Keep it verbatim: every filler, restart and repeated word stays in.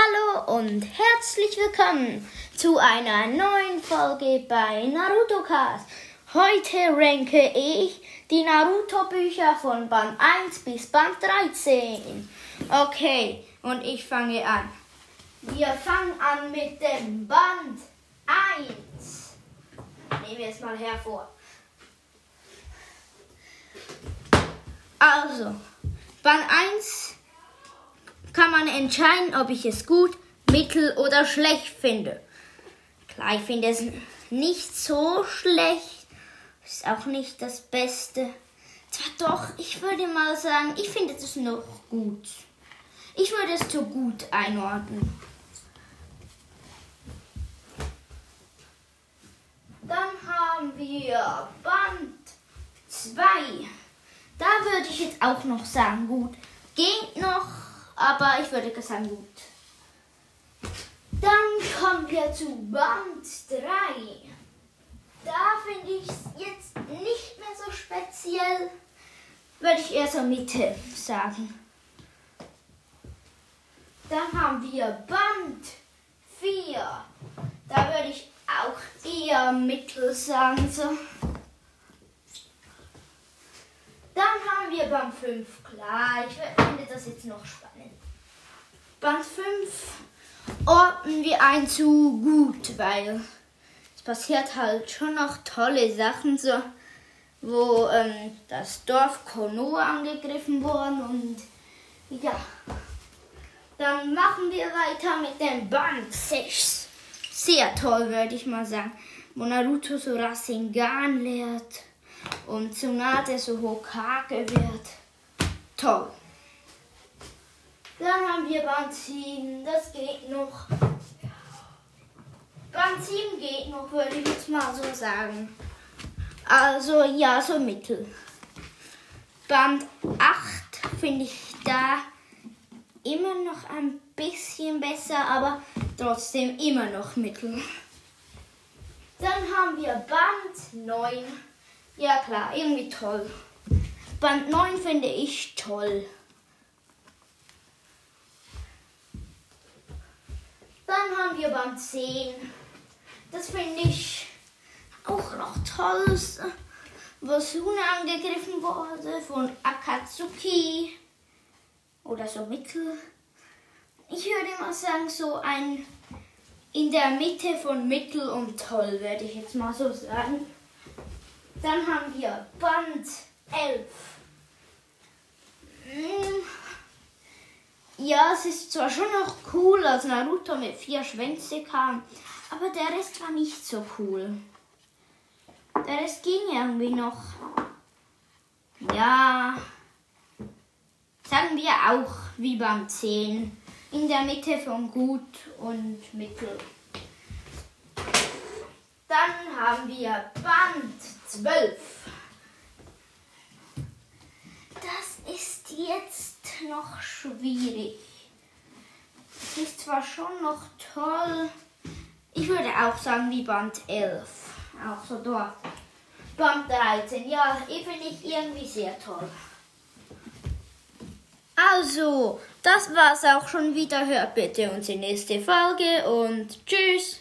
Hallo und herzlich willkommen zu einer neuen Folge bei NarutoCast. Heute ranke ich die Naruto-Bücher von Band eins bis Band dreizehn. Okay, und ich fange an. Wir fangen an mit dem Band eins. Nehmen wir es mal hervor. Also, Band eins kann man entscheiden, ob ich es gut, mittel oder schlecht finde. Klar, ich finde es nicht so schlecht, ist auch nicht das Beste. Zwar doch, ich würde mal sagen, ich finde es noch gut. Ich würde es zu gut einordnen. Dann haben wir Band zwei. Da würde ich jetzt auch noch sagen, gut. Geht noch, aber ich würde sagen, gut. Dann kommen wir zu Band drei. Da finde ich es jetzt nicht mehr so speziell. Würde ich eher so Mitte sagen. Dann haben wir Band vier. Da würde ich auch eher Mittel sagen. So. Dann haben wir Band fünf. Klar, ich finde das jetzt noch spannend. Band fünf ordnen wir ein zu gut, weil es passiert halt schon noch tolle Sachen, so, wo ähm, das Dorf Konoha angegriffen wurde und ja. Dann machen wir weiter mit dem Band sechs. Sehr toll, würde ich mal sagen, wo Naruto so Rasengan lehrt und Tsunade so Hokage wird. Toll. Dann haben wir Band sieben, das geht noch. Band sieben geht noch, würde ich jetzt mal so sagen. Also ja, so mittel. Band acht finde ich da immer noch ein bisschen besser, aber trotzdem immer noch mittel. Dann haben wir Band neun. Ja klar, irgendwie toll. Band neun finde ich toll. Dann haben wir Band zehn. Das finde ich auch noch toll, wo Sune angegriffen wurde von Akatsuki. Oder so mittel. Ich würde mal sagen, so ein in der Mitte von mittel und toll, werde ich jetzt mal so sagen. Dann haben wir Band elf. Hm. Ja, es ist zwar schon noch cool, als Naruto mit vier Schwänze kam, aber der Rest war nicht so cool. Der Rest ging irgendwie noch. Ja, sagen wir auch wie beim zehn. In der Mitte von gut und mittel. Dann haben wir Band zwölf. Das ist jetzt noch schwierig. Es ist zwar schon noch toll. Ich würde auch sagen wie Band elf. Auch so dort. Band dreizehn. Ja, finde ich irgendwie sehr toll. Also, das war's auch schon wieder. Hört bitte unsere nächste Folge und tschüss.